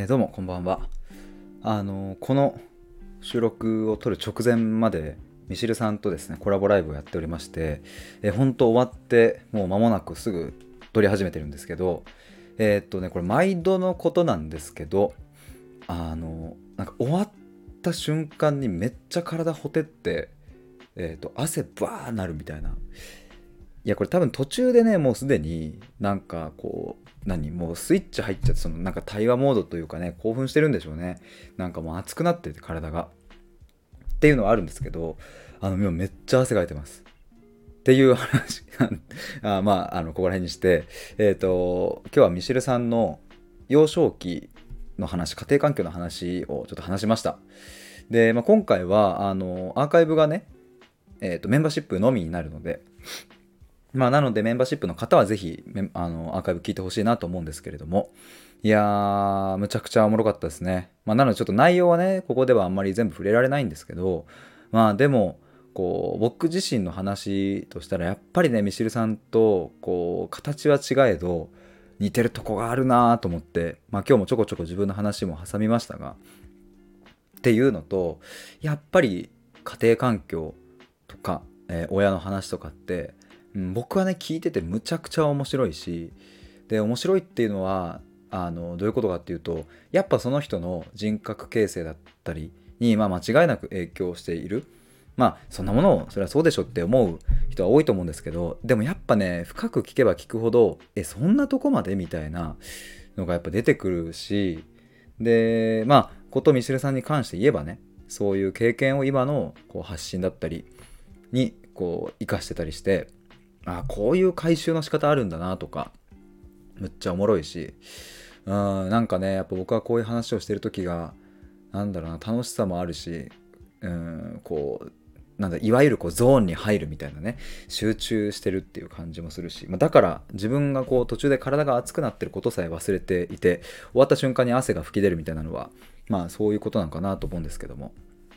どうもこんばんは。この収録を撮る直前までミシルさんとですねコラボライブをやっておりまして、本当終わってもう間もなくすぐ撮り始めてるんですけど、これ毎度のことなんですけど、なんか終わった瞬間にめっちゃ体ほてって、汗バーなるみたいな。いやこれ多分途中でねもうすでになんかこうもうスイッチ入っちゃって、そのなんか対話モードというかね、興奮してるんでしょうね。なんかもう熱くなってて体がっていうのはあるんですけど、今めっちゃ汗かいてますっていう話ここら辺にして、今日はミシェルさんの幼少期の話、家庭環境の話をちょっと話しました。で、今回はアーカイブがね、メンバーシップのみになるので、なのでメンバーシップの方はぜひアーカイブ聞いてほしいなと思うんですけれども、いやーむちゃくちゃおもろかったですね。なのでちょっと内容はねここではあんまり全部触れられないんですけど、でもこう僕自身の話としたらやっぱりねミシルさんとこう形は違えど似てるとこがあるなと思って、今日もちょこちょこ自分の話も挟みましたがっていうのと、やっぱり家庭環境とか、親の話とかって、僕はね聞いててむちゃくちゃ面白いし、で面白いっていうのはどういうことかっていうと、やっぱその人の人格形成だったりに、間違いなく影響している。そんなものをそれはそうでしょって思う人は多いと思うんですけど、でもやっぱね深く聞けば聞くほどそんなとこまでみたいなのがやっぱ出てくるし、でことミシルさんに関して言えばね、そういう経験を今のこう発信だったりにこう生かしてたりして、こういう回収の仕方あるんだなとか、むっちゃおもろいし、なんかねやっぱ僕はこういう話をしてる時がなんだろうな、楽しさもあるし、こういわゆるこうゾーンに入るみたいなね、集中してるっていう感じもするし、だから自分がこう途中で体が熱くなってることさえ忘れていて、終わった瞬間に汗が吹き出るみたいなのはそういうことなのかなと思うんですけども、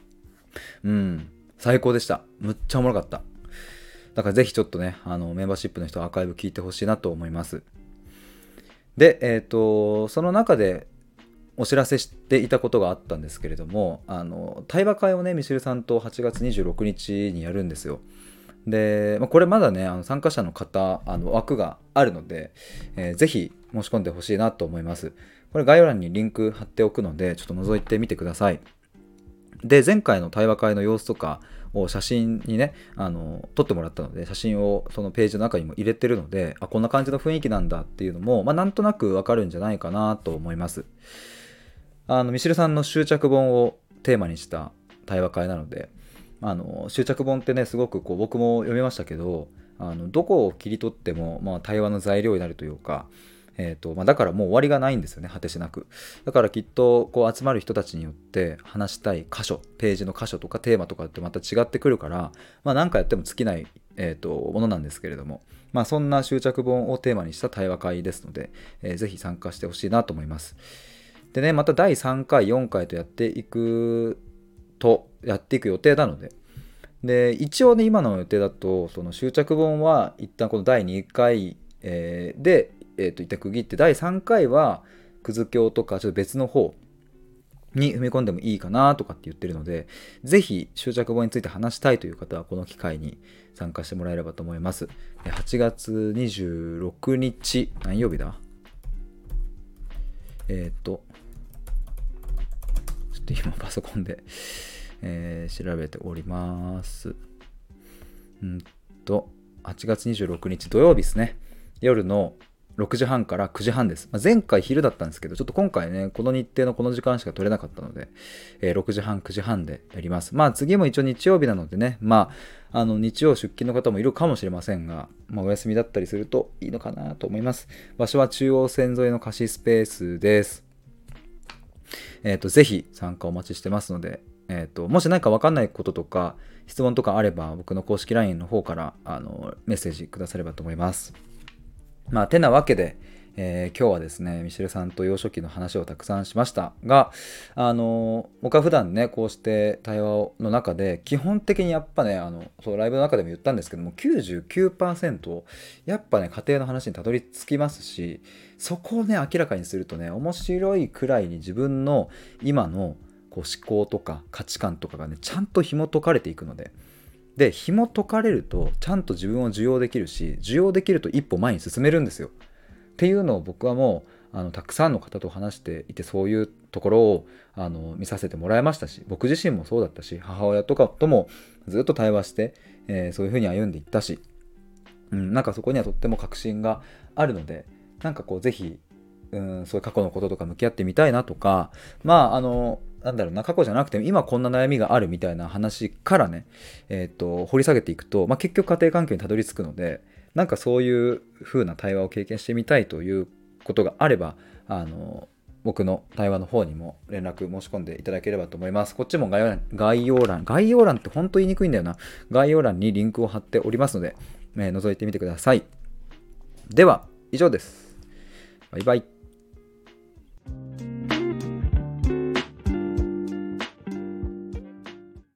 最高でした。むっちゃおもろかった。だからぜひちょっとねメンバーシップの人はアーカイブ聞いてほしいなと思います。でその中でお知らせしていたことがあったんですけれども、対話会をねミシルさんと8月26日にやるんですよ。で、これまだね参加者の方枠があるので、ぜひ申し込んでほしいなと思います。これ概要欄にリンク貼っておくのでちょっと覗いてみてください。で前回の対話会の様子とかを写真にね撮ってもらったので、写真をそのページの中にも入れてるので、こんな感じの雰囲気なんだっていうのも、なんとなくわかるんじゃないかなと思います。ミシルさんの執着本をテーマにした対話会なので、執着本ってねすごくこう僕も読みましたけど、どこを切り取っても、対話の材料になるというか、だからもう終わりがないんですよね、果てしなく。だからきっとこう集まる人たちによって話したい箇所、ページの箇所とかテーマとかってまた違ってくるから、何回やっても尽きない、ものなんですけれども、そんな執着本をテーマにした対話会ですので、ぜひ参加してほしいなと思います。でね、また第3回、4回とやっていく予定なので、で一応ね今の予定だとその執着本は一旦この第2回、で一旦区切って、第3回はくず教とかちょっと別の方に踏み込んでもいいかなとかって言ってるので、ぜひ執着本について話したいという方はこの機会に参加してもらえればと思います。8月26日何曜日だ、ちょっと今パソコンで、調べております。8月26日土曜日ですね。夜の6時半から9時半です。前回昼だったんですけど、ちょっと今回ねこの日程のこの時間しか取れなかったので、6時半9時半でやります。次も一応日曜日なのでね、日曜出勤の方もいるかもしれませんが、お休みだったりするといいのかなと思います。場所は中央線沿いの貸しスペースです。ぜひ参加お待ちしてますので、もし何か分かんないこととか質問とかあれば僕の公式 LINE の方からメッセージくださればと思います。てなわけで、 今日はですねミシェルさんと幼少期の話をたくさんしましたが、僕は普段ねこうして対話の中で基本的にやっぱねそうライブの中でも言ったんですけども、99%やっぱね家庭の話にたどり着きますし、そこをね明らかにするとね面白いくらいに自分の今のこう思考とか価値観とかがねちゃんと紐解かれていくので紐解かれるとちゃんと自分を受容できるし、受容できると一歩前に進めるんですよっていうのを僕はもうたくさんの方と話していて、そういうところを見させてもらいましたし、僕自身もそうだったし、母親とかともずっと対話して、そういうふうに歩んでいったし、なんかそこにはとっても確信があるので、なんかこうぜひそういう過去のこととか向き合ってみたいなとか、なんだろうな、過去じゃなくても今こんな悩みがあるみたいな話からね、掘り下げていくと、結局家庭環境にたどり着くので、なんかそういう風な対話を経験してみたいということがあれば、僕の対話の方にも連絡申し込んでいただければと思います。こっちも概要欄って本当言いにくいんだよな。概要欄にリンクを貼っておりますので、覗いてみてください。では、以上です。バイバイ。